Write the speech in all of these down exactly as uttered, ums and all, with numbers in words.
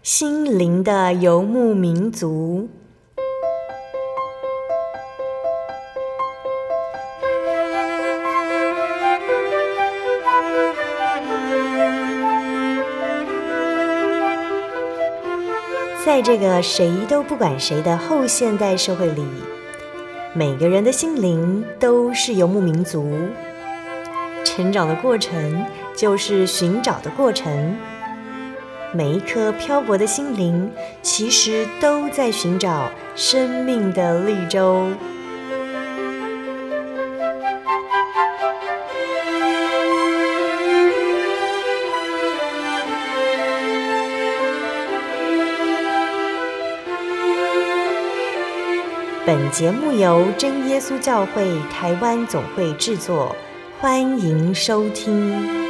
心灵的游牧民族。在这个谁都不管谁的后现代社会里，每个人的心灵都是游牧民族。成长的过程就是寻找的过程，每一颗漂泊的心灵其实都在寻找生命的绿洲。本节目由真耶稣教会台湾总会制作，欢迎收听。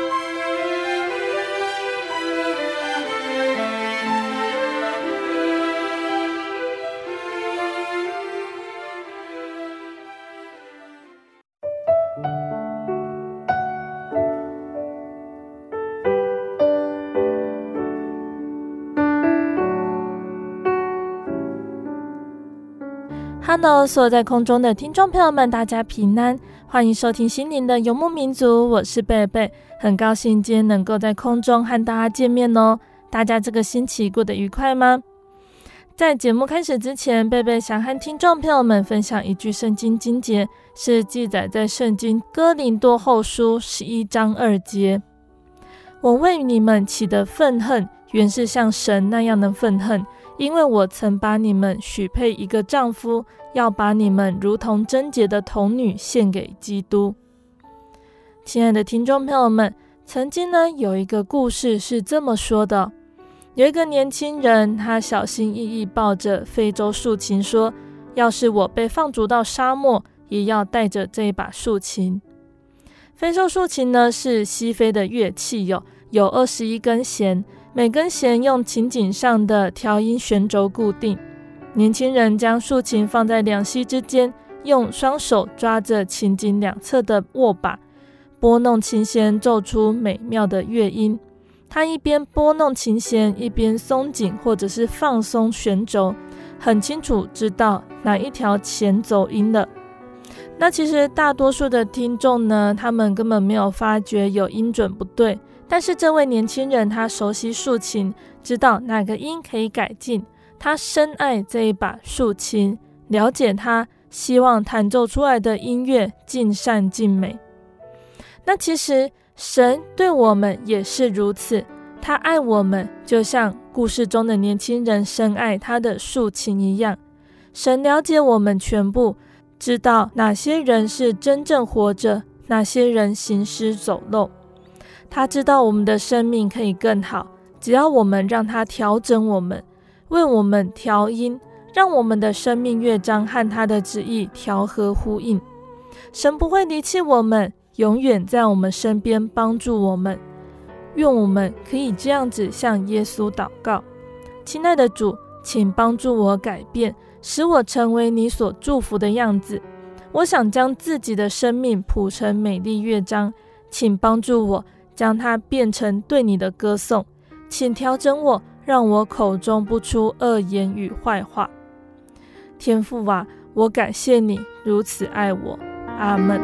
Hello， 所有在空中的听众朋友们，大家平安，欢迎收听心灵的游牧民族，我是贝贝，很高兴今天能够在空中和大家见面哦。大家这个星期过得愉快吗？在节目开始之前，贝贝想和听众朋友们分享一句圣经经节，是记载在圣经哥林多后书十一章二节。我为你们起的愤恨，原是像神那样的愤恨，因为我曾把你们许配一个丈夫，要把你们如同贞洁的童女献给基督。亲爱的听众朋友们，曾经呢有一个故事是这么说的，有一个年轻人，他小心翼翼抱着非洲竖琴说，要是我被放逐到沙漠，也要带着这一把竖琴。非洲竖琴呢是西非的乐器哟，有二十一根弦，每根弦用琴颈上的调音旋轴固定。年轻人将竖琴放在两膝之间，用双手抓着琴颈两侧的握把，拨弄琴弦，奏出美妙的乐音。他一边拨弄琴弦，一边松紧或者是放松旋轴，很清楚知道哪一条弦走音了。那其实大多数的听众呢，他们根本没有发觉有音准不对，但是这位年轻人他熟悉竖琴，知道哪个音可以改进，他深爱这一把竖琴，了解它，希望弹奏出来的音乐尽善尽美。那其实神对我们也是如此，他爱我们就像故事中的年轻人深爱他的竖琴一样。神了解我们全部，知道哪些人是真正活着，哪些人行尸走肉。他知道我们的生命可以更好，只要我们让他调整我们，为我们调音，让我们的生命乐章和他的旨意调和呼应。神不会离弃我们，永远在我们身边帮助我们。愿我们可以这样子向耶稣祷告，亲爱的主，请帮助我改变，使我成为你所祝福的样子。我想将自己的生命谱成美丽乐章，请帮助我将它变成对你的歌颂，请调整我，让我口中不出恶言与坏话。天父啊，我感谢你如此爱我，阿们。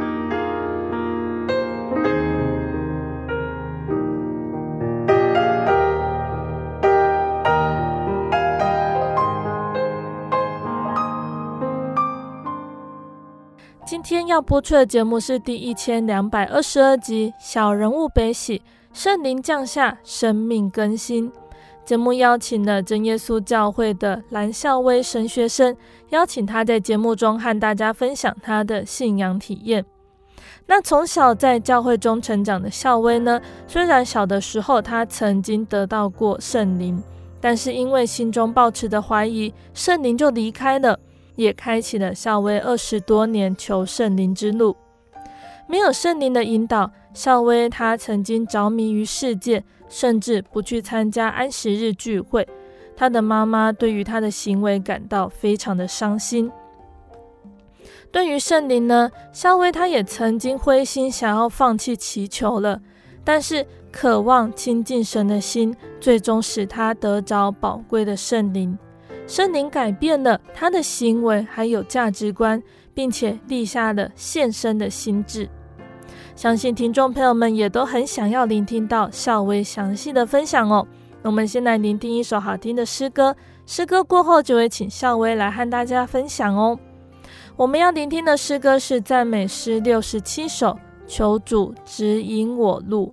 今天要播出的节目是第一千两百二十二集小人物悲喜，圣灵降下，生命更新。节目邀请了真耶稣教会的蓝孝威神学生，邀请他在节目中和大家分享他的信仰体验。那从小在教会中成长的孝威呢，虽然小的时候他曾经得到过圣灵，但是因为心中抱持的怀疑，圣灵就离开了，也开启了孝威二十多年求圣灵之路。没有圣灵的引导，孝威他曾经着迷于世界，甚至不去参加安息日聚会。他的妈妈对于他的行为感到非常的伤心。对于圣灵呢，孝威他也曾经灰心，想要放弃祈求了。但是渴望亲近神的心，最终使他得着宝贵的圣灵。圣灵改变了他的行为还有价值观，并且立下了献身的心志。相信听众朋友们也都很想要聆听到孝威详细的分享哦。我们先来聆听一首好听的诗歌，诗歌过后就会请孝威来和大家分享哦。我们要聆听的诗歌是赞美诗六十七首，求主指引我路。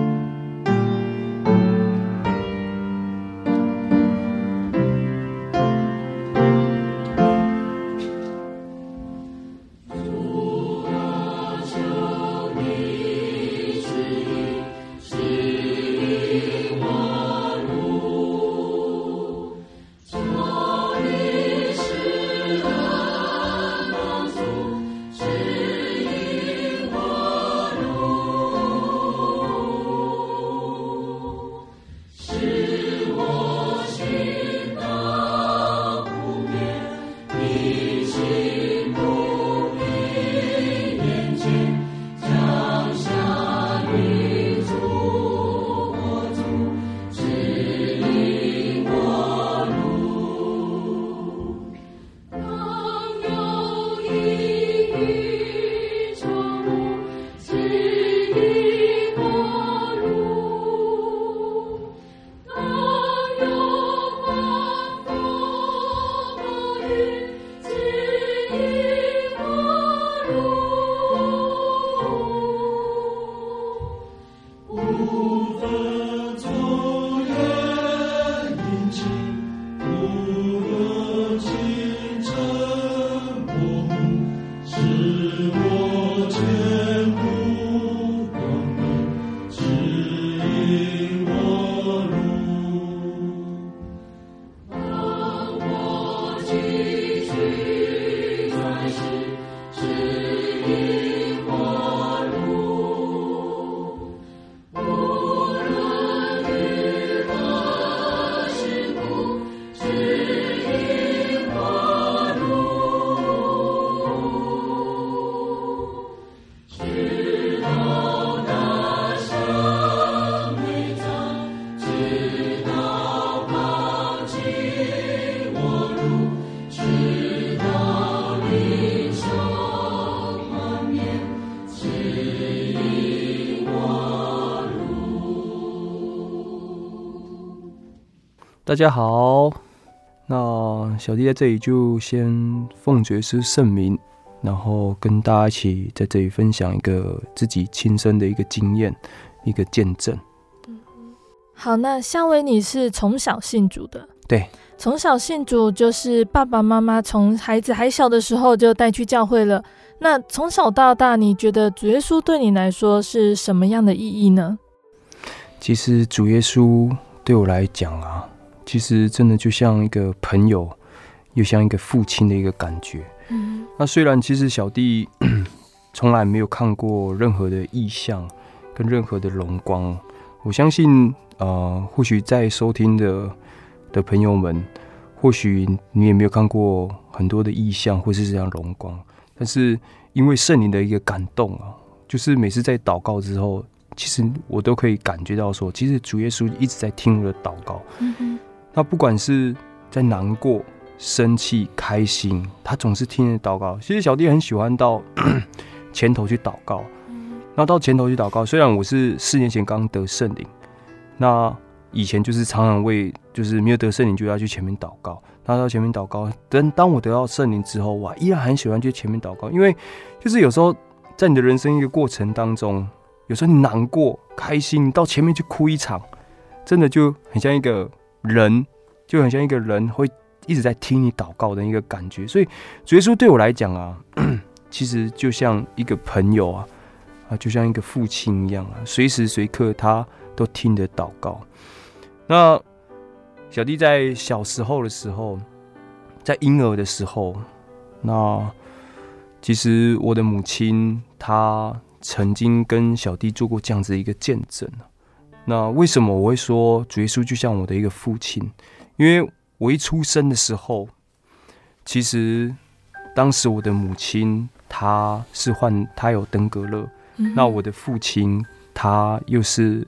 大家好，那小弟在这里就先奉爵师圣名，然后跟大家一起在这里分享一个自己亲身的一个经验，一个见证。 好，那孝威你是从小信主的？ 对， 从小信主就是爸爸妈妈从孩子还小的时候就带去教会了。那从小到大，你觉得主耶稣对你来说是什么样的意义呢？ 其实主耶稣对我来讲啊，其实真的就像一个朋友，又像一个父亲的一个感觉。嗯，那虽然其实小弟从来没有看过任何的异象跟任何的荣光，我相信呃，或许在收听的的朋友们，或许你也没有看过很多的异象或是这样荣光，但是因为圣灵的一个感动啊，就是每次在祷告之后，其实我都可以感觉到说，其实主耶稣一直在听我的祷告。嗯，那不管是在难过、生气、开心，他总是听你的祷告。其实小弟很喜欢到前头去祷告，那到前头去祷告。虽然我是四年前刚得圣灵，那以前就是常常为就是没有得圣灵就要去前面祷告。那到前面祷告，等当我得到圣灵之后，哇，依然很喜欢去前面祷告，因为就是有时候在你的人生一个过程当中，有时候你难过、开心，你到前面去哭一场，真的就很像一个人，就很像一个人会一直在听你祷告的一个感觉。所以主耶稣对我来讲啊，其实就像一个朋友啊，啊，就像一个父亲一样啊，随时随刻他都听着祷告。那小弟在小时候的时候，在婴儿的时候，那其实我的母亲她曾经跟小弟做过这样子一个见证。那为什么我会说主耶稣就像我的一个父亲？因为我一出生的时候，其实当时我的母亲她是患她有登革热，嗯，那我的父亲他又是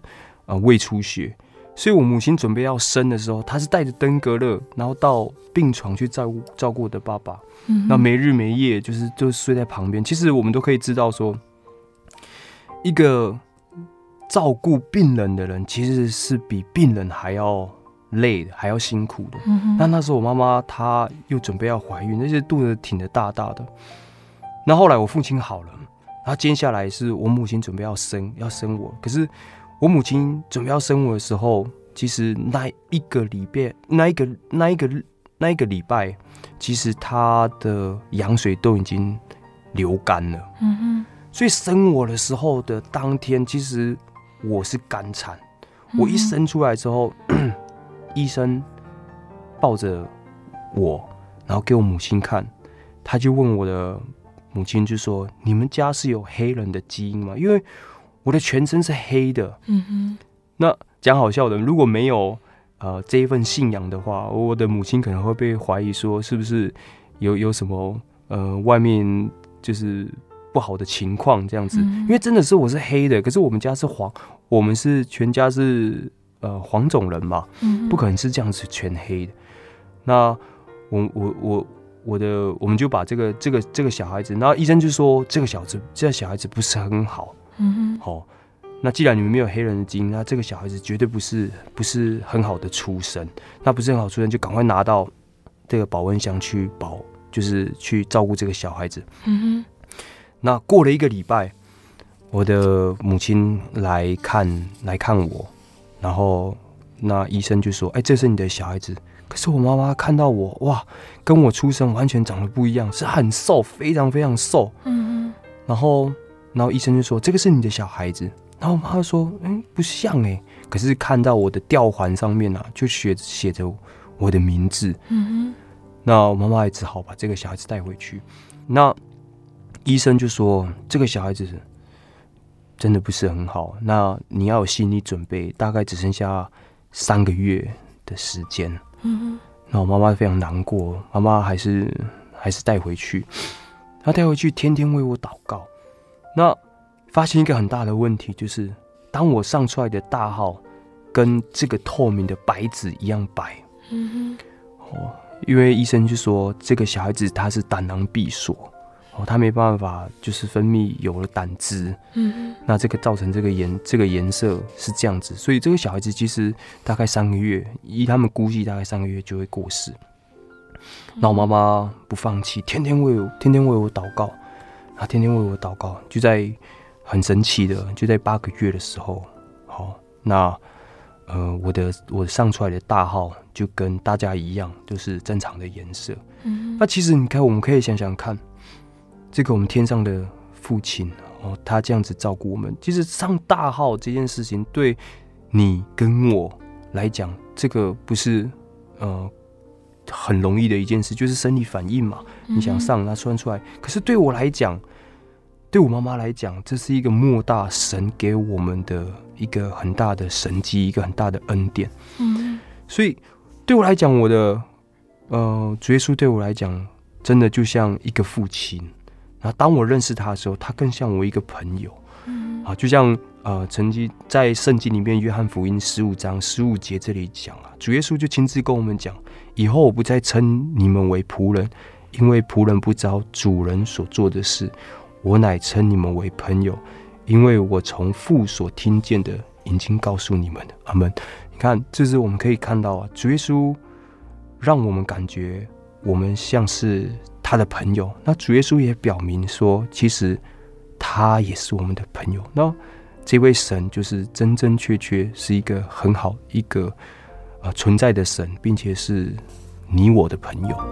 呃胃出血，所以我母亲准备要生的时候，她是带着登革热，然后到病床去照顾照顾我的爸爸，嗯，那没日没夜就是就睡在旁边。其实我们都可以知道说，一个照顾病人的人其实是比病人还要累的，还要辛苦的。嗯、那那时候我妈妈她又准备要怀孕，那些肚子挺得大大的。那后来我父亲好了，然后接下来是我母亲准备要生要生我，可是我母亲准备要生我的时候，其实那一个礼拜，那一个那一个那一个礼拜，其实她的羊水都已经流干了。嗯哼，所以生我的时候的当天，其实我是干产。我一生出来之后，嗯、医生抱着我，然后给我母亲看，他就问我的母亲就说：“你们家是有黑人的基因吗？”因为我的全身是黑的。嗯哼。那讲好笑的，如果没有呃这一份信仰的话，我的母亲可能会被怀疑说是不是有有什么呃外面就是不好的情况这样子。嗯、因为真的是我是黑的，可是我们家是黄，我们是全家是呃黄种人嘛，嗯、不可能是这样子全黑的。那我我我。我的，我们就把这个这个这个小孩子，然后医生就说这个小子，这个小孩子不是很好，嗯哼，好、哦，那既然你们没有黑人的基因，那这个小孩子绝对不是不是很好的出生，那不是很好出生，就赶快拿到这个保温箱去保，就是去照顾这个小孩子，嗯哼。那过了一个礼拜，我的母亲来看来看我，然后那医生就说：“哎，这是你的小孩子。”可是我妈妈看到我，哇，跟我出生完全长得不一样，是很瘦，非常非常瘦。嗯，然后，然后医生就说这个是你的小孩子。然后我妈妈说，嗯，不像哎。可是看到我的吊环上面啊，就写写着我的名字。嗯，那我妈妈也只好把这个小孩子带回去。那医生就说这个小孩子真的不是很好，那你要有心理准备，大概只剩下三个月的时间。嗯，那我妈妈非常难过，妈妈还是还是带回去，她带回去天天为我祷告。那发现一个很大的问题，就是当我上出来的大号跟这个透明的白纸一样白。嗯哼，哦，因为医生就说这个小孩子他是胆囊闭锁。哦，他没办法，就是分泌有了胆汁，嗯，那这个造成这个颜这个颜色是这样子，所以这个小孩子其实大概三个月，依他们估计大概三个月就会过世。那我妈妈不放弃，天天为我天天为我祷告，她天天为我祷告，就在很神奇的，就在八个月的时候，好，那呃我的我上出来的大号就跟大家一样，就是正常的颜色。嗯，那其实你看，我们可以想想看。这个我们天上的父亲哦，他这样子照顾我们，其实上大号这件事情对你跟我来讲，这个不是呃很容易的一件事，就是生理反应嘛。你想上，它穿出来。可是对我来讲，对我妈妈来讲，这是一个莫大神给我们的一个很大的神迹，一个很大的恩典。嗯，所以对我来讲，我的呃主耶稣对我来讲，真的就像一个父亲。然后当我认识他的时候，他更像我一个朋友。嗯，啊，就像呃，曾经在圣经里面，约翰福音十五章十五节这里讲啊，主耶稣就亲自跟我们讲：以后我不再称你们为仆人，因为仆人不知道主人所做的事；我乃称你们为朋友，因为我从父所听见的已经告诉你们了。阿们。你看，这是我们可以看到啊，主耶稣让我们感觉我们像是他的朋友，那主耶稣也表明说，其实他也是我们的朋友。那这位神就是真真确确是一个很好一个、呃、存在的神，并且是你我的朋友。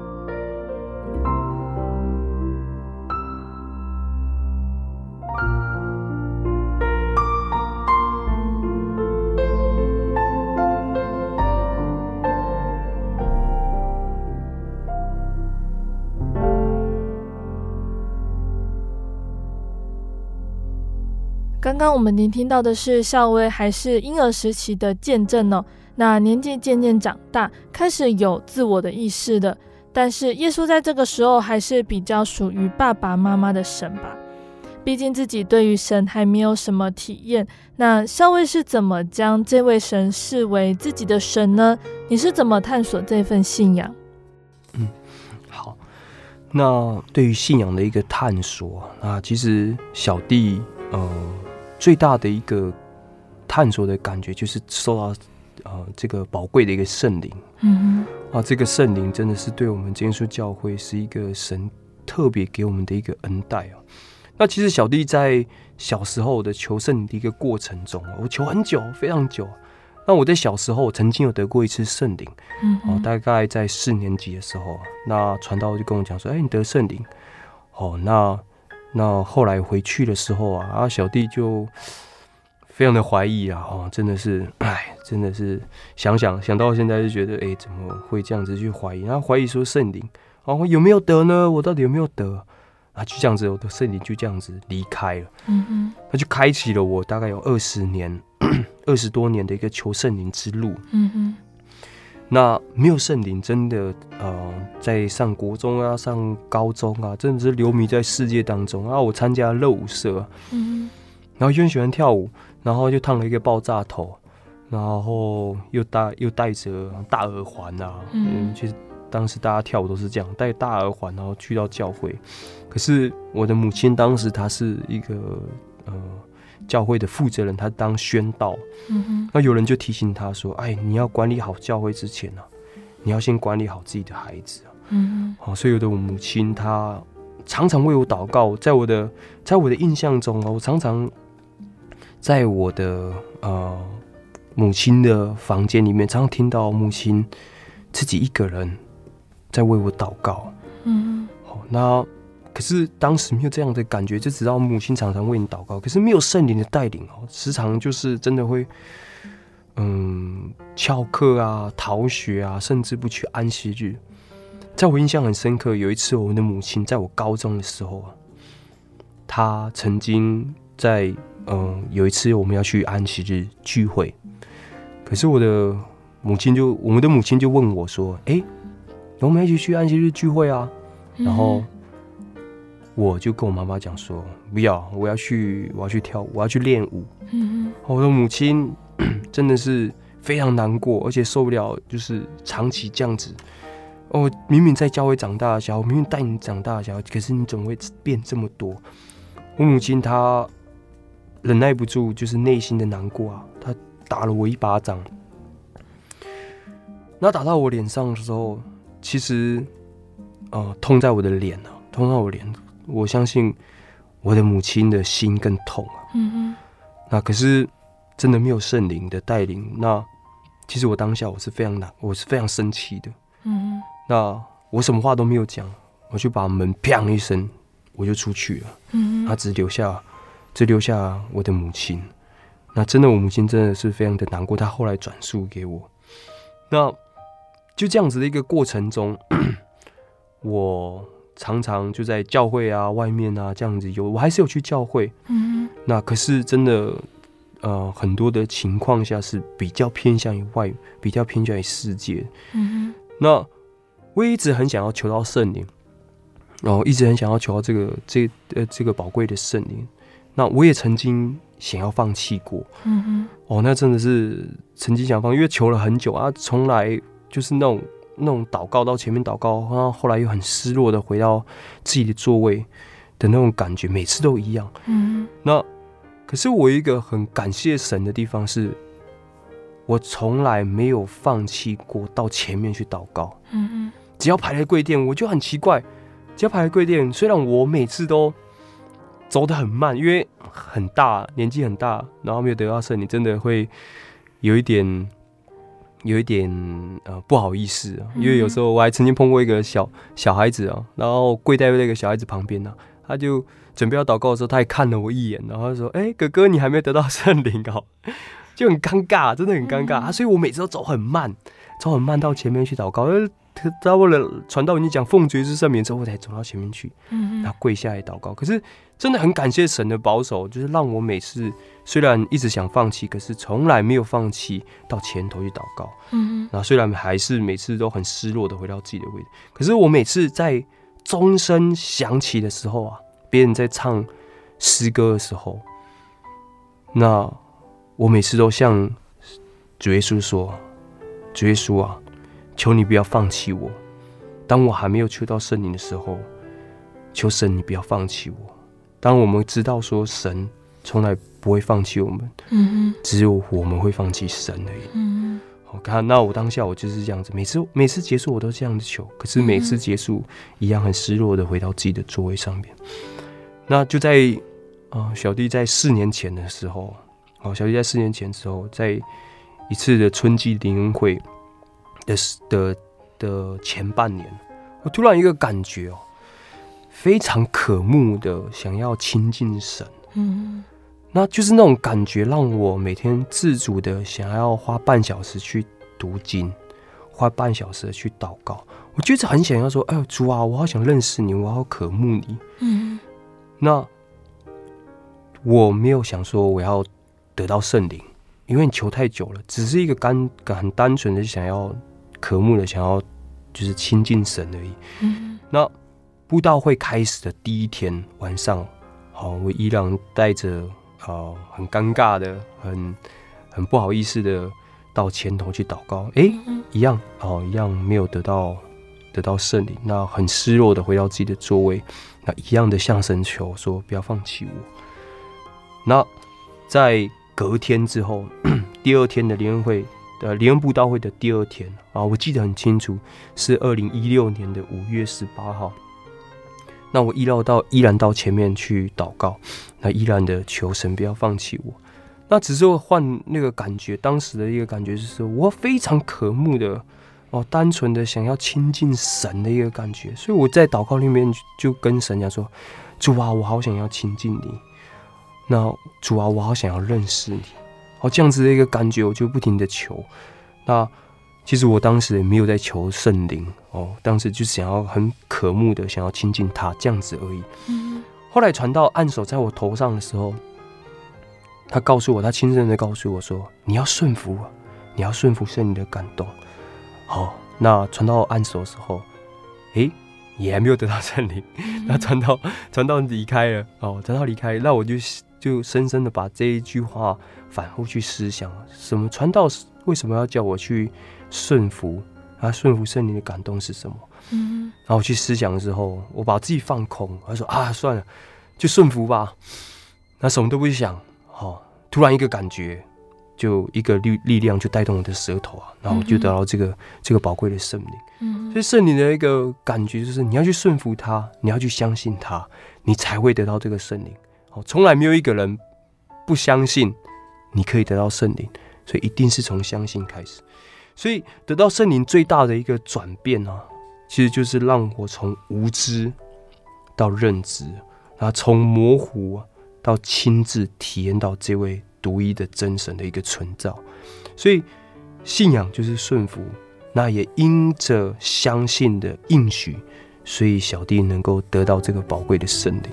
刚刚我们聆听到的是孝威还是婴儿时期的见证哦。那年纪渐渐长大，开始有自我的意识了，但是耶稣在这个时候还是比较属于爸爸妈妈的神吧。 毕竟自己对于神还没有什么体验。那校尉是怎么将这位神视为自己的神呢？你是怎么探索这份信仰？ 嗯，好。那对于信仰的一个探索，那其实小弟呃最大的一个探索的感觉，就是受到呃这个宝贵的一个圣灵。嗯啊，这个圣灵真的是对我们真耶稣教会是一个神特别给我们的一个恩待啊。那其实小弟在小时候的求圣灵的一个过程中，我求很久，非常久。那我在小时候曾经有得过一次圣灵，嗯、哦，大概在四年级的时候，那传道就跟我讲说：“哎、欸，你得圣灵。”哦，那那后来回去的时候啊，啊，小弟就非常的怀疑啊，哦，真的是，哎，真的是想想想到现在就觉得，哎、欸，怎么会这样子去怀疑？然后怀疑说圣灵，哦，有没有得呢？我到底有没有得？啊，就这样子，我的圣灵就这样子离开了。嗯哼，他就开启了我大概有二十年、二十多年的一个求圣灵之路。嗯哼，那没有圣灵，真的呃，在上国中啊、上高中啊，真的是流迷在世界当中啊。我参加热舞社，嗯哼，然后又很喜欢跳舞，然后就烫了一个爆炸头，然后又戴又戴着大耳环啊，嗯，其实当时大家跳舞都是这样，戴大耳环，然后去到教会。可是我的母亲当时她是一个呃教会的负责人，她当宣道。嗯哼，那有人就提醒她说：“哎，你要管理好教会之前啊，你要先管理好自己的孩子啊。”嗯哼，好，所以我的母亲她常常为我祷告，在我的在我的印象中啊，我常常在我的呃母亲的房间里面，常常听到母亲自己一个人在为我祷告。嗯，好，那。可是当时没有这样的感觉，就知道母亲常常为你祷告，可是没有圣灵的带领哦，时常就是真的会，嗯，翘课啊、逃学啊，甚至不去安息日。在我印象很深刻，有一次我们的母亲在我高中的时候啊，她曾经在嗯有一次我们要去安息日聚会，可是我的母亲就我们的母亲就问我说：“哎、欸，我们一起去安息日聚会啊？”然后。我就跟我妈妈讲说，不要，我要去，我要去跳舞，我要去练舞。嗯、我的母亲真的是非常难过，而且受不了，就是长期这样子。哦，明明在教会长大的小孩，明明带你长大的小孩，可是你怎么会变这么多？我母亲她忍耐不住，就是内心的难过啊，她打了我一巴掌。那打到我脸上的时候，其实呃痛在我的脸啊，痛在我脸。我相信我的母亲的心更痛啊。嗯哼。那可是真的没有圣灵的带领，那其实我当下我是非常难，我是非常生气的。嗯哼。那我什么话都没有讲，我就把门砰一声，我就出去了。嗯哼。他只留下，只留下我的母亲。那真的，我母亲真的是非常的难过。她后来转述给我。那就这样子的一个过程中，我。常常就在教会啊、外面啊这样子有，我还是有去教会。嗯，那可是真的，呃，很多的情况下是比较偏向于外，比较偏向于世界。嗯，那我也一直很想要求到圣灵，然后一直很想要求到这个这呃这个宝贵的圣灵。那我也曾经想要放弃过。嗯哼，哦，那真的是曾经想放，因为求了很久啊，从来就是那种。那种祷告到前面祷告，然后后来又很失落的回到自己的座位的那种感觉，每次都一样。嗯，那可是我有一个很感谢神的地方是，我从来没有放弃过到前面去祷告。嗯，只要排了柜垫，我就很奇怪，只要排了柜垫，虽然我每次都走得很慢，因为很大年纪很大，然后没有得到圣灵，真的会有一点。有一点呃不好意思啊，因为有时候我还曾经碰过一个小小孩子啊，然后跪在那个小孩子旁边呢、啊，他就准备要祷告的时候，他还看了我一眼，然后他说：“哎、欸，哥哥，你还没得到圣灵哦。”就很尴尬，真的很尴尬、嗯、啊！所以我每次都走很慢，走很慢到前面去祷告。他为了传道，你讲奉主耶稣圣名之后，我才走到前面去，嗯，然后跪下来祷告。可是真的很感谢神的保守，就是让我每次虽然一直想放弃，可是从来没有放弃到前头去祷告。嗯，然后虽然还是每次都很失落的回到自己的位置，可是我每次在钟声响起的时候啊，别人在唱诗歌的时候，那我每次都向主耶稣说：主耶稣啊，求你不要放弃我。当我还没有求到圣灵的时候，求神你不要放弃我。当我们知道说神从来不会放弃我们，嗯、只有我们会放弃神而已。嗯，好，看那我当下我就是这样子，每次每次结束我都这样子求，可是每次结束一样很失落的回到自己的座位上面。那就在啊、呃，小弟在四年前的时候，哦，小弟在四年前之后，在一次的春季灵恩会的的的前半年，我突然一个感觉哦，非常渴慕的想要亲近神。嗯，那就是那种感觉，让我每天自主的想要花半小时去读经，花半小时的去祷告。我就是很想要说，哎呦主啊，我好想认识你，我好渴慕你。嗯，那我没有想说我要得到圣灵，因为你求太久了，只是一个干很单纯的想要渴慕的想要就是亲近神而已。嗯，那布道会开始的第一天晚上，好，我依然带着呃很尴尬的、很很不好意思的到前头去祷告，哎、欸，一样哦，一样没有得到得到圣灵，那很失落的回到自己的座位，那一样的向神求说不要放弃我。那在隔天之后，第二天的联恩会，呃，联恩布道会的第二天啊，我记得很清楚，是二零一六年的五月十八号。那我依然到依然到前面去祷告，那依然的求神不要放弃我。那只是换那个感觉，当时的一个感觉就是我非常渴慕的哦，单纯的想要亲近神的一个感觉。所以我在祷告里面就跟神讲说：主啊，我好想要亲近你。那主啊，我好想要认识你。好，这样子的一个感觉，我就不停的求。那其实我当时也没有在求圣灵哦，当时就想要很渴慕的想要亲近他这样子而已。嗯、后来传道按手在我头上的时候，他告诉我，他亲身的告诉我说：你要顺服啊，你要顺服圣灵的感动。好，那传道按手的时候，诶，也还没有得到圣灵。嗯、那传道传道离开了哦，传道离开，那我就就深深的把这一句话反复去思想：什么传道为什么要叫我去顺服啊？顺服圣灵的感动是什么？嗯，然后我去思想之后，我把自己放空，我说啊，算了，就顺服吧。那什么都不想，哦，突然一个感觉，就一个力力量就带动我的舌头啊，然后我就得到这个、嗯、这个宝贵的圣灵。嗯，所以圣灵的一个感觉就是，你要去顺服他，你要去相信他，你才会得到这个圣灵。哦，从来没有一个人不相信你可以得到圣灵，所以一定是从相信开始。所以得到圣灵最大的一个转变啊，其实就是让我从无知到认知，然后从模糊到亲自体验到这位独一的真神的一个存在。所以信仰就是顺服，那也因着相信的应许，所以小弟能够得到这个宝贵的圣灵。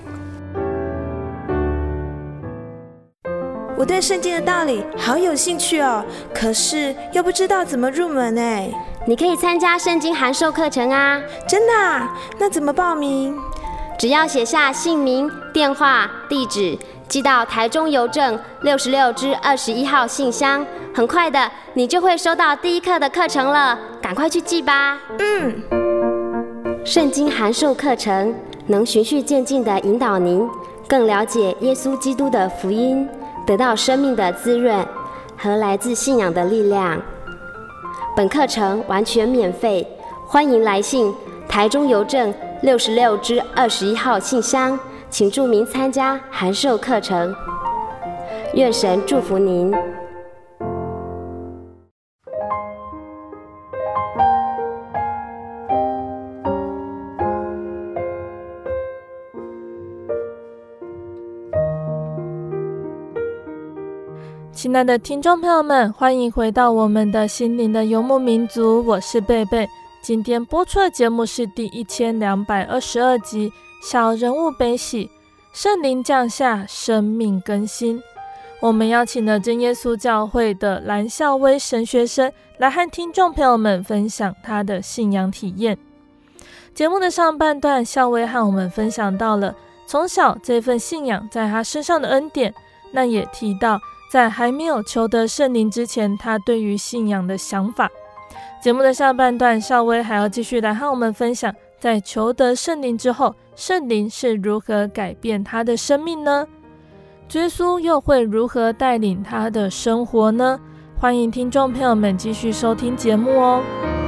我对圣经的道理好有兴趣哦，可是又不知道怎么入门哎。 你可以参加圣经函授课程啊！ 真的啊？那怎么报名？ 只要写下姓名、电话、地址，寄到台中邮政六十六支二十一号信箱，很快的，你就会收到第一课的课程了。赶快去寄吧！ 嗯。 圣经函授课程能循序渐进地引导您更了解耶稣基督的福音，得到生命的滋润和来自信仰的力量。本课程完全免费，欢迎来信台中邮政六十六支二十一号信箱，请注明参加函授课程。愿神祝福您。 亲爱的听众朋友们，欢迎回到我们的心灵的游牧民族，我是贝贝。今天播出的节目是第一千两百二十二集《小人物悲喜，圣灵降下，生命更新》。我们邀请了真耶稣教会的蓝孝威神学生来和听众朋友们分享他的信仰体验。节目的上半段，孝威和我们分享到了从小这份信仰在他身上的恩典，那也提到在还没有求得圣灵之前，他对于信仰的想法。节目的下半段，少威还要继续来和我们分享，在求得圣灵之后，圣灵是如何改变他的生命呢？主耶稣又会如何带领他的生活呢？欢迎听众朋友们继续收听节目哦。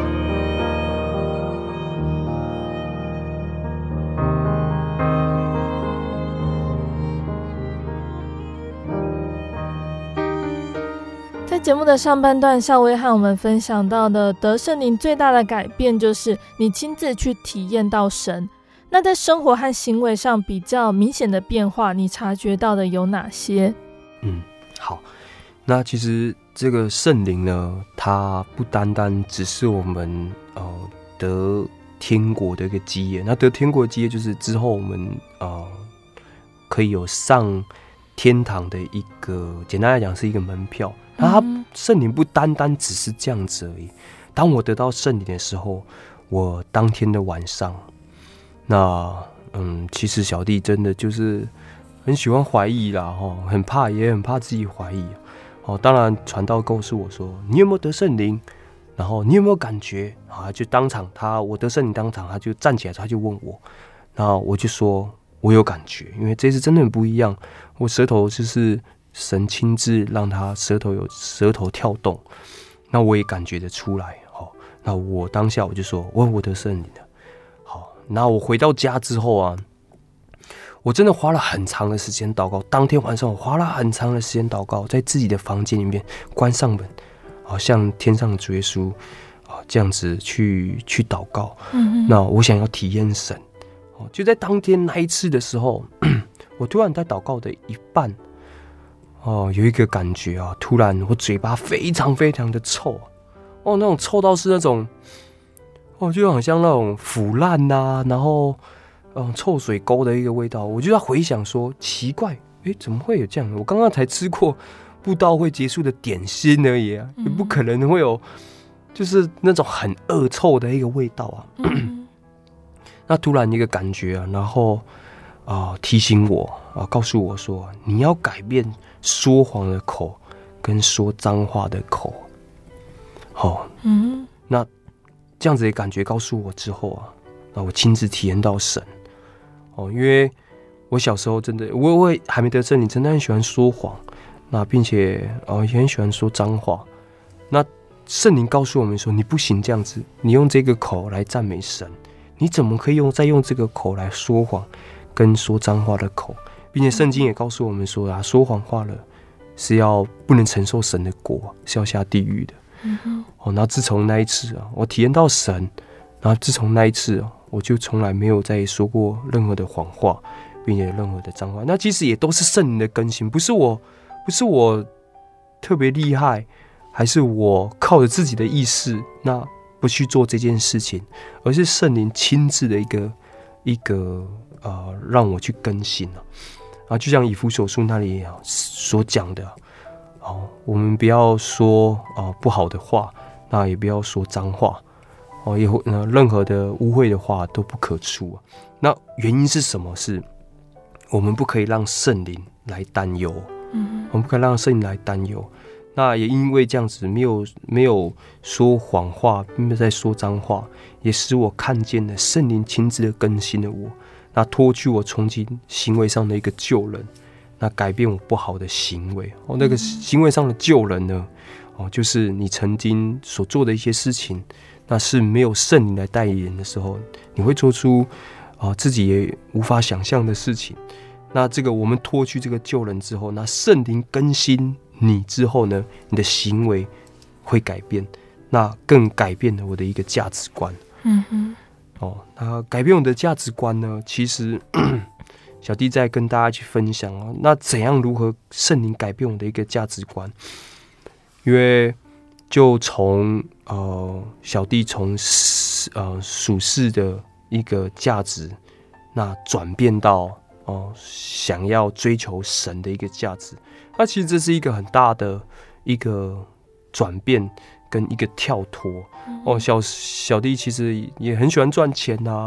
在节目的上半段，少威和我们分享到的得圣灵最大的改变，就是你亲自去体验到神。那在生活和行为上比较明显的变化，你察觉到的有哪些？ 嗯，好，那其实这个圣灵呢，它不单单只是我们呃得天国的一个基业，那得天国的基业就是之后我们呃可以有上天堂的一个，简单来讲是一个门票。那它圣灵不单单只是这样子而已。当我得到圣灵的时候，我当天的晚上，那嗯，其实小弟真的就是很喜欢怀疑啦，哈，很怕，也很怕自己怀疑。哦，当然传道告诉我说，你有没有得圣灵？然后你有没有感觉？啊，就当场他我得圣灵当场，他就站起来，他就问我，然后我就说我有感觉，因为这次真的很不一样，我舌头就是神亲自让他舌头有舌头跳动，那我也感觉得出来。好，那我当下我就说，我我得圣灵了。好，那我回到家之后啊，我真的花了很长的时间祷告。当天晚上我花了很长的时间祷告，在自己的房间里面关上门，好像天上的主耶稣啊这样子去去祷告。嗯，那我想要体验神。就在当天那一次的时候，我突然在祷告的一半，哦，有一个感觉啊，突然我嘴巴非常非常的臭，哦，那种臭到是那种。哦，就好像那种腐烂呐、啊，然后嗯臭水沟的一个味道。我就在回想说，奇怪，哎，怎么会有这样的？我刚刚才吃过布道会结束的点心而已啊，嗯、也不可能会有就是那种很恶臭的一个味道啊。嗯、那突然一个感觉啊，然后啊、呃、提醒我啊，告诉我说，你要改变说谎的口跟说脏话的口。好、哦，嗯，那。这样子的感觉告诉我之后啊，那我亲自体验到神哦，因为我小时候真的，我我还没得圣灵，真的很喜欢说谎，那并且哦也很喜欢说脏话。那圣灵告诉我们说，你不行这样子，你用这个口来赞美神，你怎么可以用再用这个口来说谎跟说脏话的口？并且圣经也告诉我们说啊，说谎话了是要不能承受神的果，是要下地狱的。嗯、哦，然后自从那一次啊，我体验到神，然后自从那一次啊，我就从来没有再说过任何的谎话，并且任何的脏话。那其实也都是圣灵的更新，不是我，不是我特别厉害，还是我靠着自己的意识，那不去做这件事情，而是圣灵亲自的一个一个呃，让我去更新啊。啊，就像以弗所书那里所讲的。哦，我们不要说、呃、不好的话，那也不要说脏话，哦，也呃任何的污秽的话都不可出、啊。那原因是什么？是我们不可以让圣灵来担忧，嗯，我们不可以让圣灵来担忧。那也因为这样子，没有没有说谎话，没有在说脏话，也使我看见了圣灵亲自的更新了我，那脱去我从今行为上的一个旧人。那改变我不好的行为哦，那个行为上的救人呢，哦，就是你曾经所做的一些事情，那是没有圣灵来带领人的时候，你会做出啊、呃、自己也无法想象的事情。那这个我们脱去这个救人之后，那圣灵更新你之后呢，你的行为会改变，那更改变了我的一个价值观。嗯哼，哦，那改变我的价值观呢，其实。小弟在跟大家去分享哦，那怎样如何圣灵改变我的一个价值观？因为就从呃小弟从呃属世的一个价值，那转变到哦、呃、想要追求神的一个价值，那其实这是一个很大的一个转变跟一个跳脱哦。小小弟其实也很喜欢赚钱啊。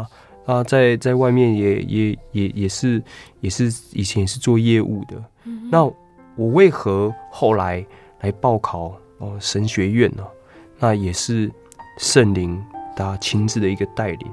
啊，在在外面也也也也是也是以前也是做业务的。嗯、那我为何后来来报考哦神学院呢？那也是圣灵他亲自的一个带领。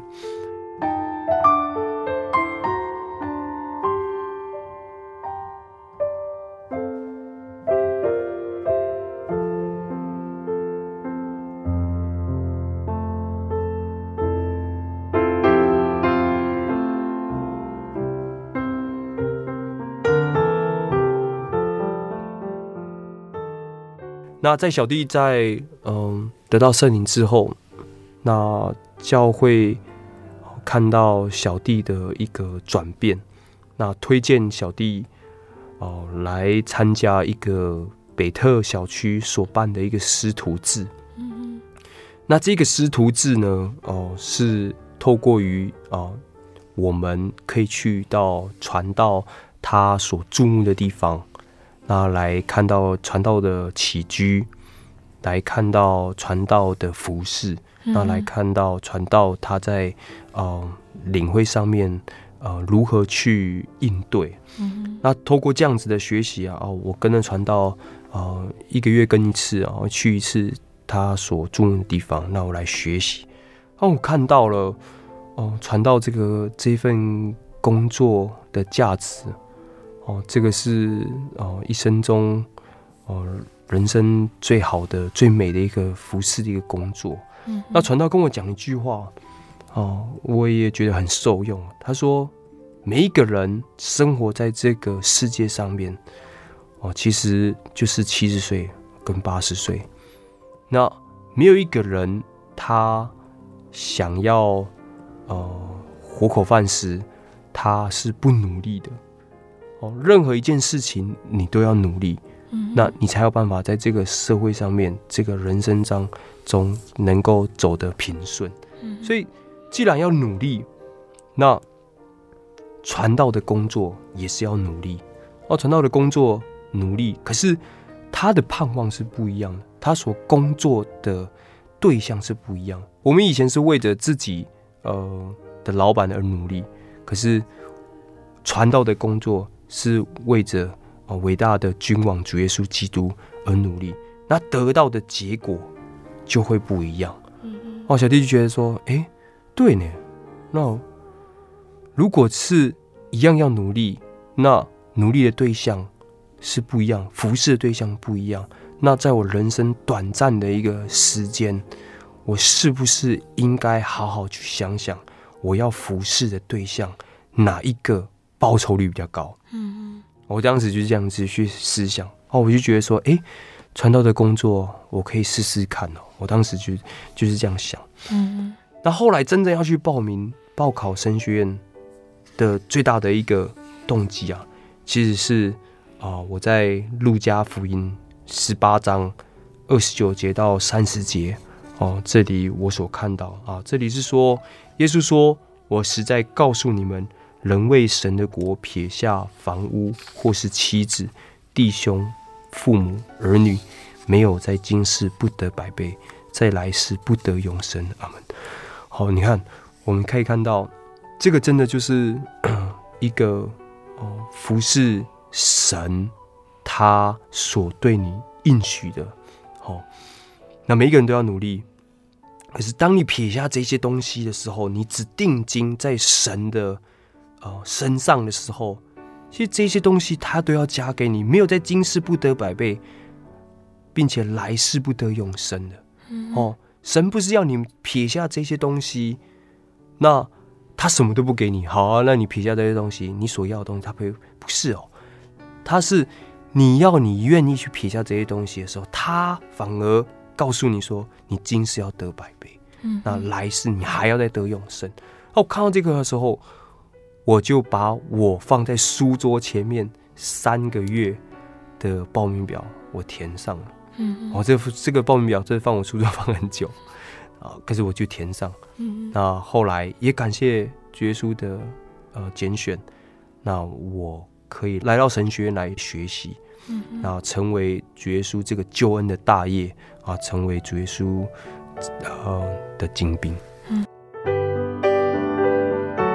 那在小弟在嗯得到圣灵之后，那教会看到小弟的一个转变，那推荐小弟哦、呃、来参加一个北特小区所办的一个师徒制。嗯、那这个师徒制呢，哦、呃、是透过于啊、呃、我们可以去到传道他所注目的地方。那来看到传道的起居，来看到传道的服事，嗯、那来看到传道他在呃领会上面呃如何去应对。嗯、那透过这样子的学习啊，哦，我跟着传道呃一个月跟一次啊，去一次他所住的地方，那我来学习。那我看到了哦，传道这个这份工作的价值。哦，这个是哦一生中哦人生最好的、最美的一个服侍的一个工作。嗯，那传道跟我讲一句话，哦，我也觉得很受用。他说，每一个人生活在这个世界上面，哦，其实就是七十岁跟八十岁。那没有一个人他想要呃活口饭食，他是不努力的。哦，任何一件事情你都要努力，嗯、那你才有办法在这个社会上面、这个人生当中能够走得平顺。嗯、所以，既然要努力，那传道的工作也是要努力。哦，传道的工作努力，可是他的盼望是不一样的，他所工作的对象是不一样的。我们以前是为着自己呃的老板而努力，可是传道的工作是为着哦伟大的君王主耶稣基督而努力，那得到的结果就会不一样。嗯、哦，小弟就觉得说，哎、欸，对呢。那如果是一样要努力，那努力的对象是不一样，服侍的对象不一样。那在我人生短暂的一个时间，我是不是应该好好去想想，我要服侍的对象哪一个报酬率比较高？嗯，我当时就这样子去思想，哦，我就觉得说，哎、欸，传道的工作我可以试试看哦。我当时就就是这样想。嗯，那后来真正要去报名报考神学院的最大的一个动机啊，其实是啊、呃，我在路加福音十八章二十九节到三十节哦，这里我所看到啊，这里是说，耶稣说：“我实在告诉你们。”人为神的国撇下房屋或是妻子、弟兄、父母、儿女，没有在今世不得百倍，在来世不得永生。阿们。好，你看，我们可以看到，这个真的就是一个哦，服侍神他所对你应许的。好，那每一个人都要努力。可是当你撇下这些东西的时候，你只定睛在神的呃、身上的时候，其实这些东西他都要加给你，没有在今世不得百倍，并且来世不得永生的。嗯、哦，神不是要你撇下这些东西，那他什么都不给你。好啊，那你撇下这些东西，你所要的东西他不会，不是哦，他是你要你愿意去撇下这些东西的时候，他反而告诉你说，你今世要得百倍，嗯、那来世你还要再得永生。我看到这个的时候，我就把我放在书桌前面三个月的报名表我填上了。嗯，哦，这这个报名表真的放我书桌放很久啊，可是我就填上。嗯，那后来也感谢主耶稣的呃拣选，那我可以来到神学院来学习，嗯，那成为主耶稣这个救恩的大业啊，成为主耶稣呃的精兵。嗯。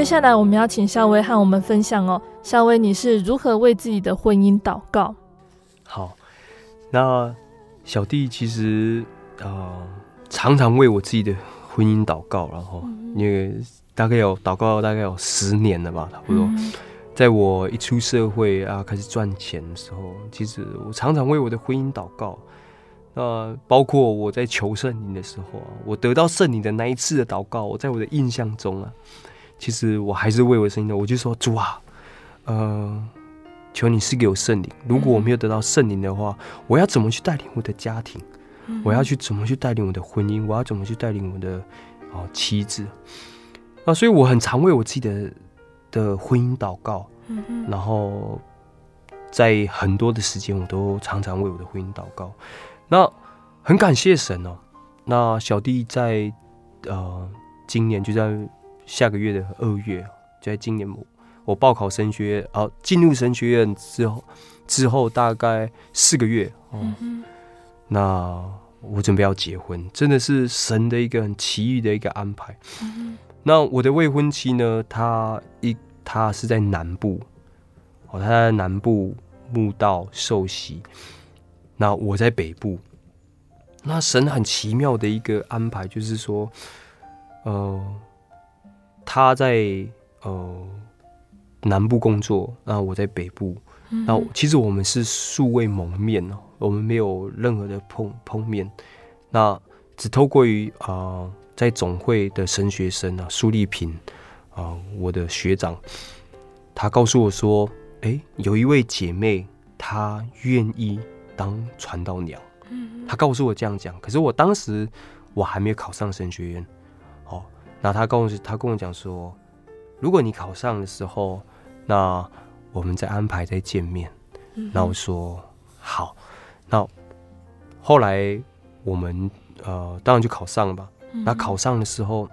下来我们要请孝威和我们分享哦，孝威你是如何为自己的婚姻祷告？ 好，那小弟其实呃常常为我自己的婚姻祷告，然后因为大概有祷告大概有十年了吧，差不多。嗯，在我一出社会啊，开始赚钱的时候，其实我常常为我的婚姻祷告。那、呃、包括我在求圣灵的时候啊，我得到圣灵的那一次的祷告，我在我的印象中啊，其实我还是为我的圣灵的，我就说主啊，呃，求你赐给我圣灵。如果我没有得到圣灵的话，我要怎么去带领我的家庭？我要去怎么去带领我的婚姻？我要怎么去带领我的、呃、妻子？那所以我很常为我自己的的婚姻祷告，嗯、然后在很多的时间，我都常常为我的婚姻祷告。那很感谢神哦。那小弟在呃今年就在下个月的二月，就在今年我我报考神学院，啊，进入神学院之后之后大概四个月哦、嗯，那我准备要结婚，真的是神的一个很奇异的一个安排。嗯，那我的未婚妻呢，她一她是在南部，哦，她在南部慕道受洗。那我在北部，那神很奇妙的一个安排，就是说，呃，他在呃南部工作，那我在北部，嗯、那其实我们是素未谋面哦，我们没有任何的碰碰面，那只透过于啊、呃、在总会的神学生啊苏丽萍啊、呃、我的学长，他告诉我说，哎，有一位姐妹，她愿意当传道娘，他告诉我这样讲，可是我当时我还没有考上神学院，哦，那他跟我他跟我讲说，如果你考上的时候，那我们再安排再见面。嗯、那我说好，那后来我们呃当然就考上了吧。嗯、那考上的时候，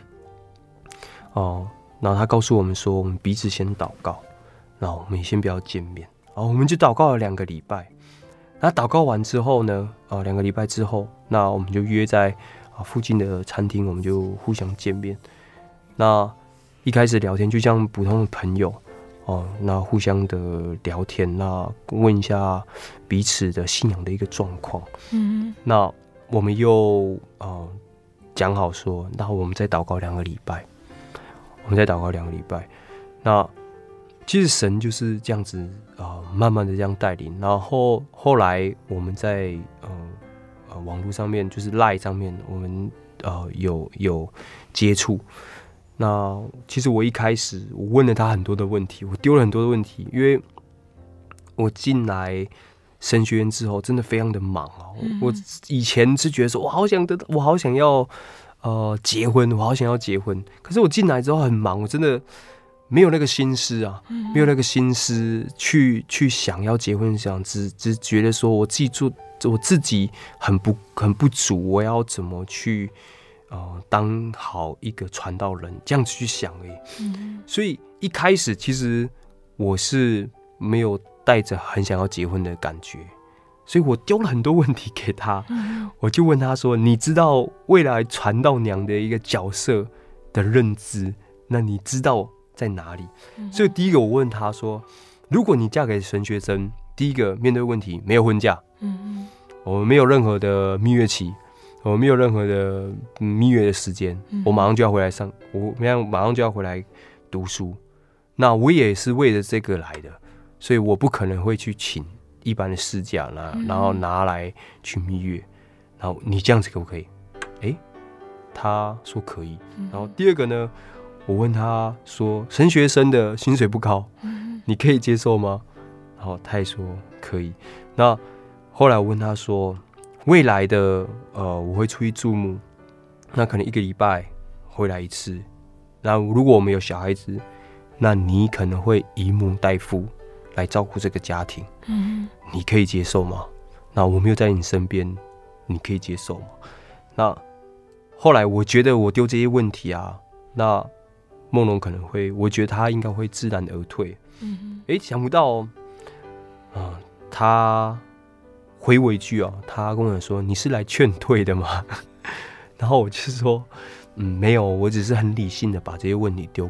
哦，然后他告诉我们说，我们彼此先祷告，然后我们也先不要见面，然后我们就祷告了两个礼拜。那祷告完之后呢，呃，两个礼拜之后，那我们就约在啊附近的餐厅，我们就互相见面。那一开始聊天就像普通的朋友哦、呃，那互相的聊天，那问一下彼此的信仰的一个状况。嗯，那我们又呃讲好说，那我们再祷告两个礼拜，我们再祷告两个礼拜。那其实神就是这样子啊、呃，慢慢的这样带领。然后后来我们在呃呃网络上面，就是 Line 上面，我们呃有有接触。那其实我一开始我问了他很多的问题，我丢了很多的问题，因为我进来神学院之后，真的非常的忙哦。嗯、我以前是觉得说，我好想得，我好想要呃结婚，我好想要结婚。可是我进来之后很忙，我真的没有那个心思啊，没有那个心思去去想要结婚，想只只觉得说我自己做我自己很不很不足，我要怎么去呃当好一个传道人，这样子去想而已。嗯、所以一开始其实我是没有带着很想要结婚的感觉，所以我丢了很多问题给他。嗯、我就问他说：“你知道未来传道娘的一个角色的认知，那你知道在哪里？”嗯、所以第一个我问他说：“如果你嫁给神学生，第一个面对问题没有婚假，嗯、我们没有任何的蜜月期，我们没有任何的蜜月的时间，嗯、我马上就要回来上，我马上就要回来读书。那我也是为了这个来的，所以我不可能会去请一般的事假，然后拿来去蜜月。然后你这样子可不可以？哎，他说可以。然后第二个呢，我问他说，神学生的薪水不高，你可以接受吗？然后他也说可以。那后来我问他说，未来的呃，我会出去注目，那可能一个礼拜回来一次。那如果我们有小孩子，那你可能会以母代父来照顾这个家庭，嗯，你可以接受吗？那我没有在你身边，你可以接受吗？那后来我觉得我丢这些问题啊，那梦龙可能会，我觉得他应该会自然而退。嗯，哎，想不到、哦，啊、呃，他回我一句哦，他跟我说：“你是来劝退的吗？”然后我就说：“嗯，没有，我只是很理性的把这些问题丢给你。”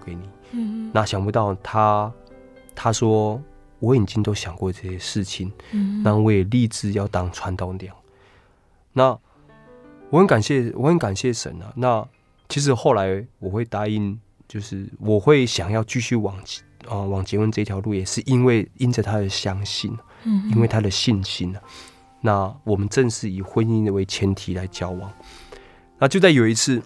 嗯，那想不到他他说我已经都想过这些事情，嗯，那我也立志要当传道娘。那我很感谢，我很感谢神啊。那其实后来我会答应，就是我会想要继续往啊、呃、往结婚这条路，也是因为因着他的相信，嗯，因为他的信心啊。那我们正是以婚姻为前提来交往。那就在有一次，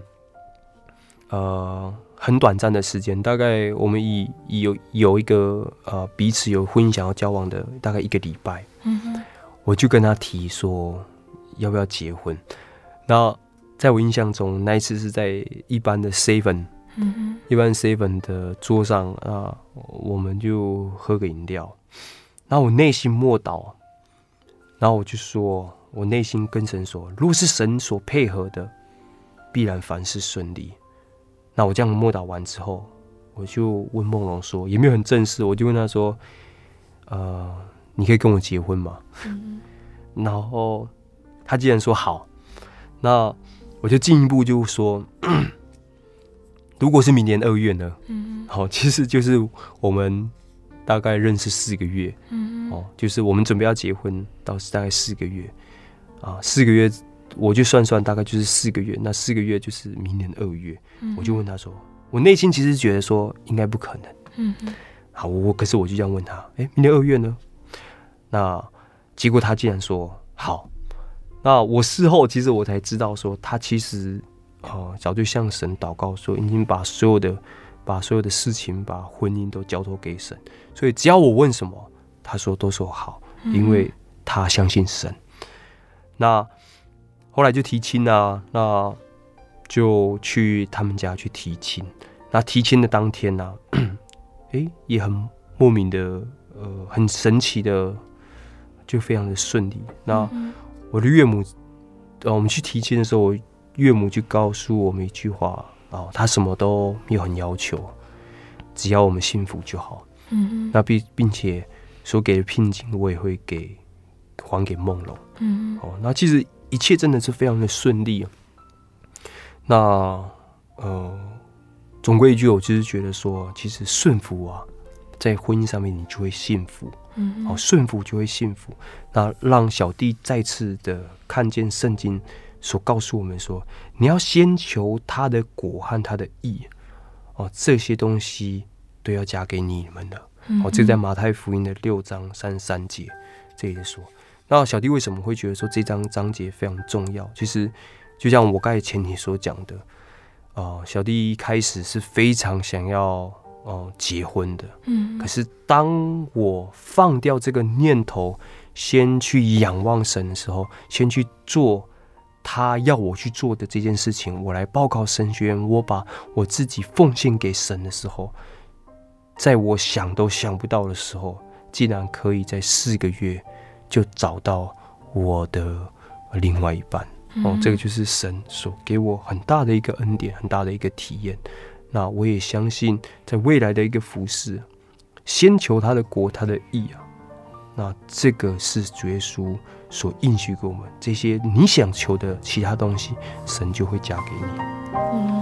呃，很短暂的时间，大概我们以以有有一个呃彼此有婚姻想要交往的大概一个礼拜，嗯，我就跟他提说要不要结婚。那在我印象中，那一次是在一般的 seven，嗯，一般 seven 的桌上啊，我们就喝个饮料。然后我内心默祷。然后我就说，我内心跟神说，如果是神所配合的，必然凡事顺利。那我这样默祷完之后，我就问梦龙说，也没有很正式，我就问他说，呃，你可以跟我结婚吗？嗯，然后他既然说好，那我就进一步就说，如果是明年二月呢？嗯，好，其实就是我们大概认识四个月，嗯，哦，就是我们准备要结婚到大概四个月，啊，四个月我就算算大概就是四个月，那四个月就是明年二月，嗯，我就问他说，我内心其实觉得说应该不可能，嗯，好，我可是我就这样问他，哎，明年二月呢？那结果他竟然说好，那我事后其实我才知道说，他其实呃早就向神祷告说，已经把所有的。把所有的事情，把婚姻都交托给神，所以只要我问什么，他说都说好，因为他相信神。嗯，那后来就提亲啊，那就去他们家去提亲。那提亲的当天呢，啊，哎，也很莫名的，呃，很神奇的，就非常的顺利。那我的岳母，呃，我们去提亲的时候，我岳母就告诉我们一句话。哦，他什么都没有很要求，只要我们幸福就好。嗯，那并并且所给的聘金，我也会给还给梦龙。嗯，哦，那其实一切真的是非常的顺利啊。那呃，总归一句，我就是觉得说，其实顺服啊，在婚姻上面你就会幸福。嗯，哦，顺服就会幸福。那让小弟再次的看见圣经所告诉我们说，你要先求他的果和他的义，哦，这些东西都要加给你们的。嗯，哦，这在马太福音的六章三十三节这里说。那小弟为什么会觉得说这章章节非常重要？其实就像我刚才前提所讲的，呃，小弟一开始是非常想要哦、呃、结婚的，嗯，可是当我放掉这个念头，先去仰望神的时候，先去做他要我去做的这件事情，我来报考神学院，我把我自己奉献给神的时候，在我想都想不到的时候，竟然可以在四个月就找到我的另外一半。哦，这个就是神所给我很大的一个恩典，很大的一个体验。那我也相信，在未来的一个服事，先求他的国，他的义啊。那这个是主耶稣所应许给我们，这些你想求的其他东西，神就会加给你。嗯。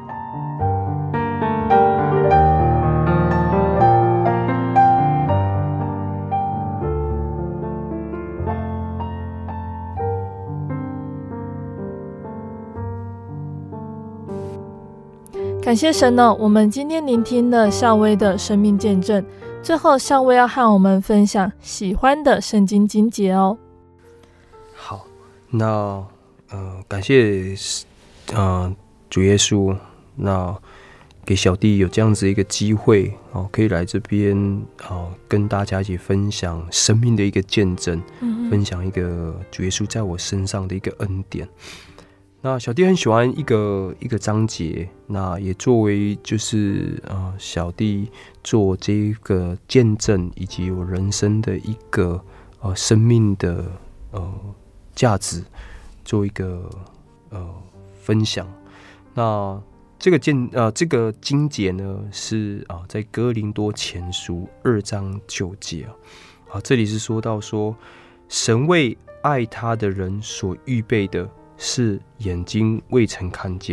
感谢神哦，我们今天聆听了孝威的生命见证。最后，孝威要和我们分享喜欢的圣经经节哦。 好，那呃，感谢呃主耶稣，那给小弟有这样子一个机会哦，可以来这边哦，跟大家一起分享生命的一个见证，嗯、分享一个主耶稣在我身上的一个恩典。那小弟很喜欢一个一个章节，那也作为就是呃小弟做这个见证，以及我人生的一个呃生命的呃价值，做一个呃分享。那这个见呃这个经节呢是啊、呃、在哥林多前书二章九节啊，啊这里是说到说神为爱他的人所预备的。是眼睛未曾看见，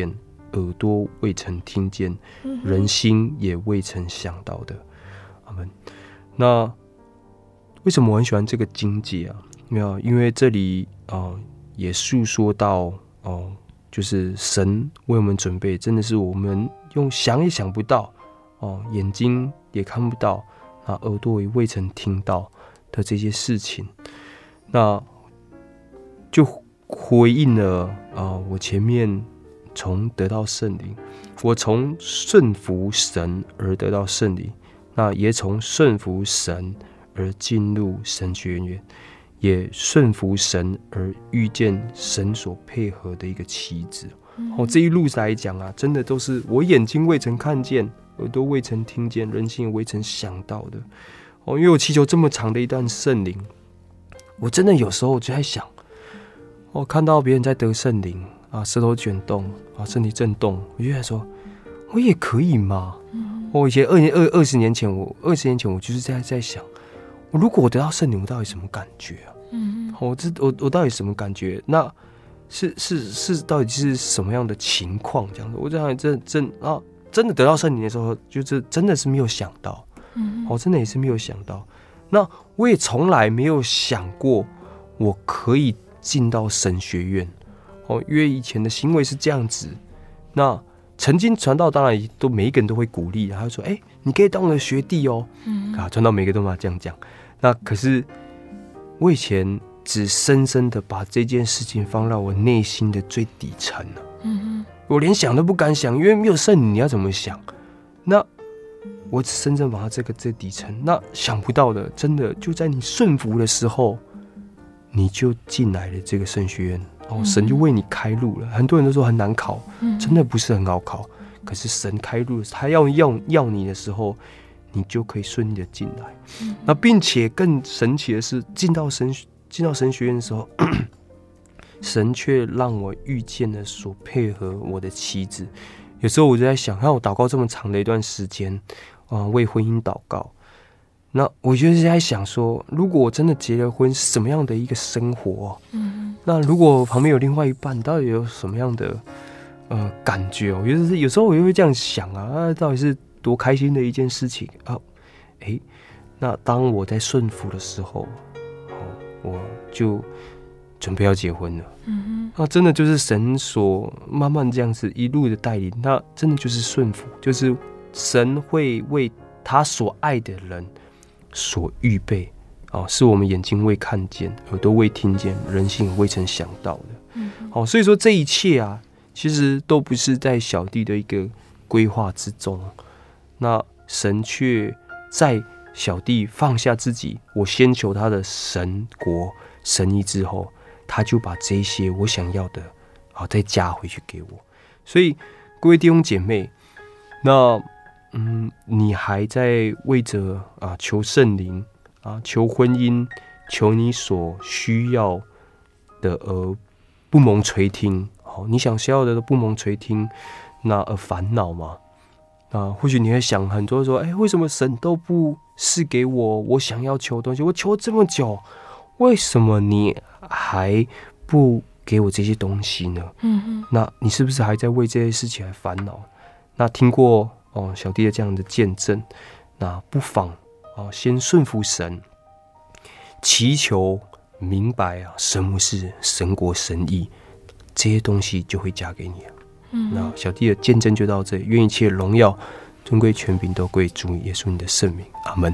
耳朵未曾听见，人心也未曾想到的。阿们。那为什么我很喜欢这个经节啊？因为这里、呃、也诉说到哦、呃，就是神为我们准备，真的是我们用想也想不到哦、呃，眼睛也看不到，那耳朵也未曾听到的这些事情，那就回应了啊、呃，我前面从得到圣灵，我从顺服神而得到圣灵，那也从顺服神而进入神学院，也顺服神而遇见神所配合的一个妻子。嗯哦、这一路来讲啊，真的都是我眼睛未曾看见，耳朵未曾听见，人心也未曾想到的。哦，因为我祈求这么长的一段圣灵，我真的有时候就在想，我、哦、看到别人在得圣灵啊，舌头卷动啊，身体震动，我就在说，我也可以吗？嗯、我以前二年二二十年前，我二十年前我就是在在想，我如果我得到圣灵，我到底什么感觉啊？嗯，我这我我到底什么感觉？那是是是，到底是什么样的情况？这样子，我这样真真啊，真的得到圣灵的时候，就是真的是没有想到，嗯，我真的也是没有想到。那我也从来没有想过，我可以进到神学院，哦，因为以前的行为是这样子。那曾经传道当然都每一个人都会鼓励，他就说：“哎、欸，你可以当我的学弟哦。”嗯，啊，传道每个都嘛这样讲。那可是我以前只深深的把这件事情放到我内心的最底层了。嗯，我连想都不敢想，因为没有圣灵，你要怎么想？那我只深深把它这个最底层，那想不到的，真的就在你顺服的时候，你就进来了这个神学院。哦，神就为你开路了。很多人都说很难考，真的不是很好考。可是神开路，他要要要你的时候，你就可以顺利的进来。嗯、那并且更神奇的是，进到神进到神学院的时候，神却让我遇见了所配合我的妻子。有时候我就在想，看我祷告这么长的一段时间，啊、呃，为婚姻祷告。那我就是在想说，如果我真的结了婚，是什么样的一个生活？嗯，那如果旁边有另外一半，到底有什么样的呃感觉？我觉得是有时候我就会这样想啊，啊到底是多开心的一件事情啊！哎，那当我在顺服的时候，哦，我就准备要结婚了。嗯，那真的就是神所慢慢这样子一路的带领，那真的就是顺服，就是神会为他所爱的人所预备、哦、是我们眼睛未看见，耳朵未听见，人心也未曾想到的、嗯哦、所以说这一切啊，其实都不是在小弟的一个规划之中，那神却在小弟放下自己，我先求他的神国神意之后，他就把这些我想要的、哦、再加回去给我。所以各位弟兄姐妹，那嗯，你还在为着啊求圣灵啊、求婚姻、求你所需要的而不蒙垂听，好、哦，你想需要的都不蒙垂听，那而烦恼吗？啊，或許你會想很多說，哎，為什麼神都不賜給我我想要求的東西？我求這麼久，為什麼你還不給我這些東西呢？嗯嗯，那你是不是還在為這些事情來煩惱？那聽過哦，小弟的這樣的見證，那不妨哦，先順服神，祈求明白啊，什麼是神國神意，這些東西就會加給你了。嗯，那小弟的見證就到這裡，願一切榮耀、尊貴、權柄都歸主耶穌你的聖名，阿門。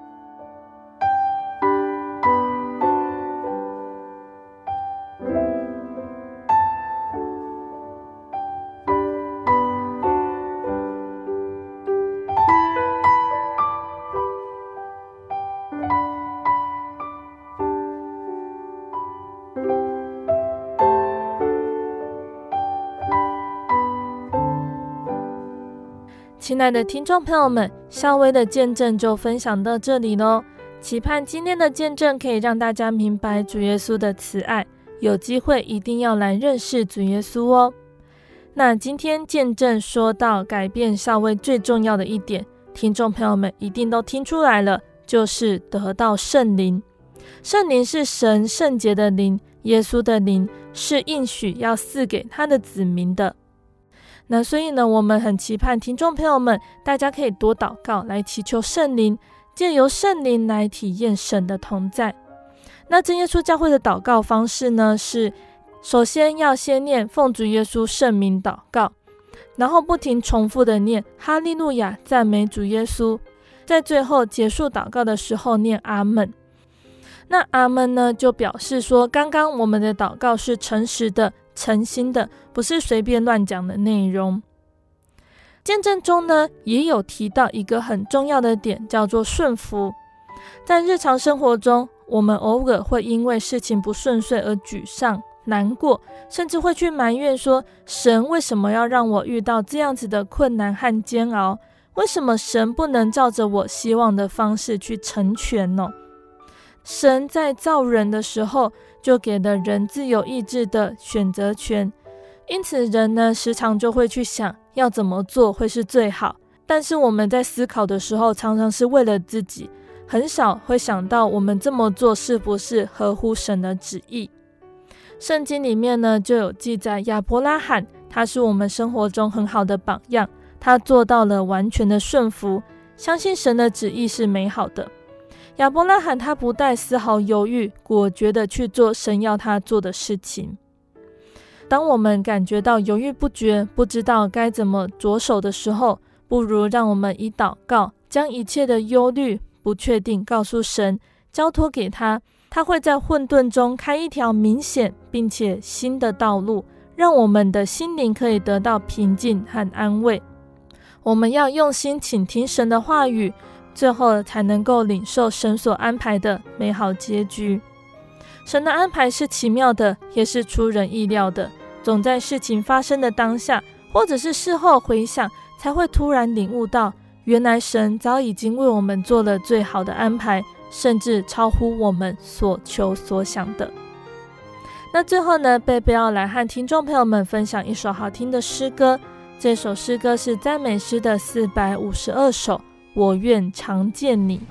亲爱的听众朋友们，孝薇的见证就分享到这里咯，期盼今天的见证可以让大家明白主耶稣的慈爱，有机会一定要来认识主耶稣哦。那今天见证说到改变孝薇最重要的一点，听众朋友们一定都听出来了，就是得到圣灵。圣灵是神圣洁的灵，耶稣的灵是应许要赐给他的子民的。 那所以呢，我们很期盼听众朋友们大家可以多祷告，来祈求圣灵，借由圣灵来体验神的同在。那真耶稣教会的祷告方式呢，是首先要先念奉主耶稣圣名祷告，然后不停重复的念哈利路亚赞美主耶稣，在最后结束祷告的时候念阿们。那阿们呢，就表示说刚刚我们的祷告是诚实的、诚心的，不是随便乱讲的内容。见证中呢，也有提到一个很重要的点，叫做顺服。在日常生活中，我们偶尔会因为事情不顺遂而沮丧、难过，甚至会去埋怨说，神为什么要让我遇到这样子的困难和煎熬？为什么神不能照着我希望的方式去成全呢？神在造人的时候，就给了人自由意志的选择权，因此人呢，时常就会去想要怎么做会是最好。但是我们在思考的时候，常常是为了自己，很少会想到我们这么做是不是合乎神的旨意。圣经里面呢，就有记载亚伯拉罕，他是我们生活中很好的榜样，他做到了完全的顺服，相信神的旨意是美好的。亚伯拉罕他不带丝毫犹豫，果决的去做神要他做的事情。当我们感觉到犹豫不决，不知道该怎么着手的时候，不如让我们以祷告将一切的忧虑、不确定告诉神，交托给他，他会在混沌中开一条明显并且新的道路，让我们的心灵可以得到平静和安慰。我们要用心倾听神的话语，最后才能够领受神所安排的美好结局。神的安排是奇妙的，也是出人意料的，总在事情发生的当下，或者是事后回想，才会突然领悟到，原来神早已经为我们做了最好的安排，甚至超乎我们所求所想的。那最后呢，贝贝要来和听众朋友们分享一首好听的诗歌，这首诗歌是赞美诗的四百五十二首，我愿常见你。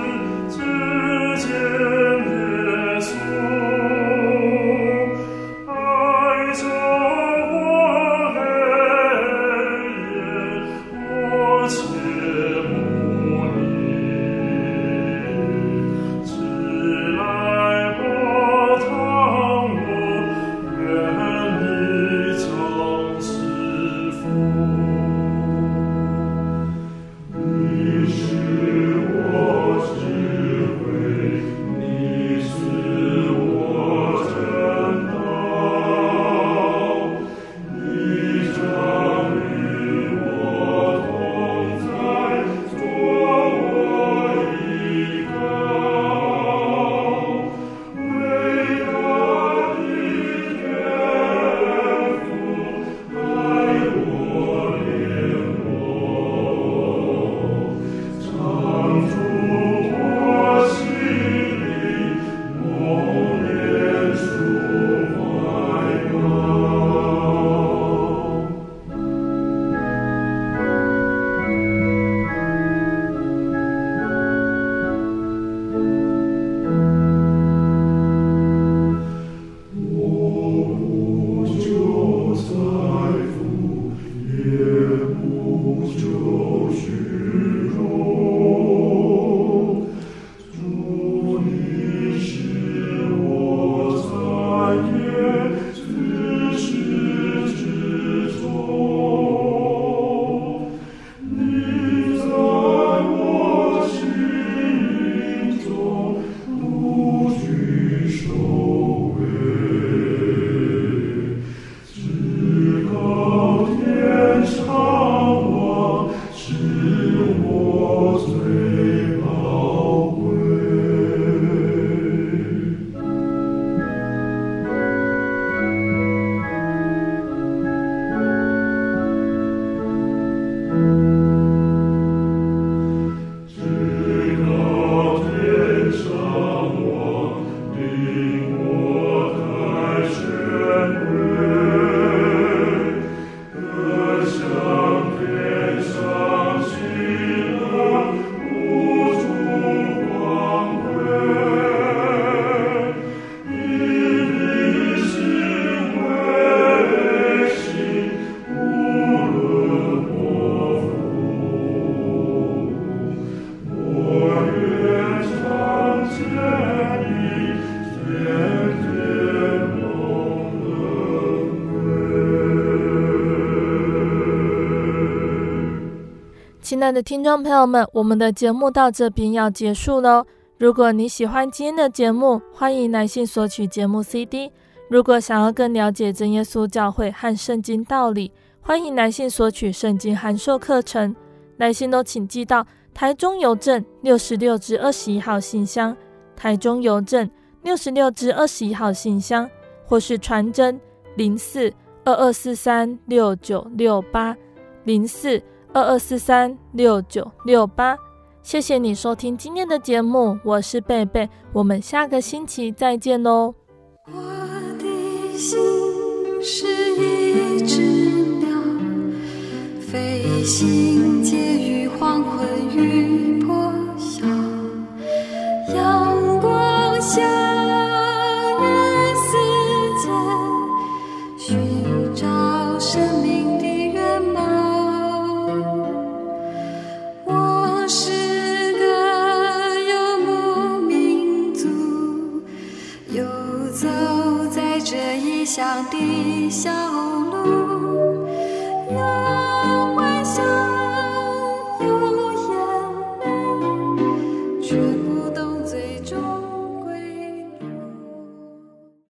啊爱的听众朋友们，我们的节目到这边要结束咯。如果你喜欢今天的节目，欢迎来信索取节目 C D。 如果想要更了解真耶稣教会和圣经道理，欢迎来信索取圣经函授课程。来信都请寄到台中邮政六十六至二十一号信箱，台中邮政六十六至二十一号信箱，或是传真零四二二四三六九六八零四二二四三六九六八。谢谢你收听今天的节目，我是贝贝，我们下个星期再见咯。 我的心是一只鸟，飞行介于黄昏与破晓，阳光下与世间寻找生命的原貌。我是个游牧民族，游走在这异乡的小路。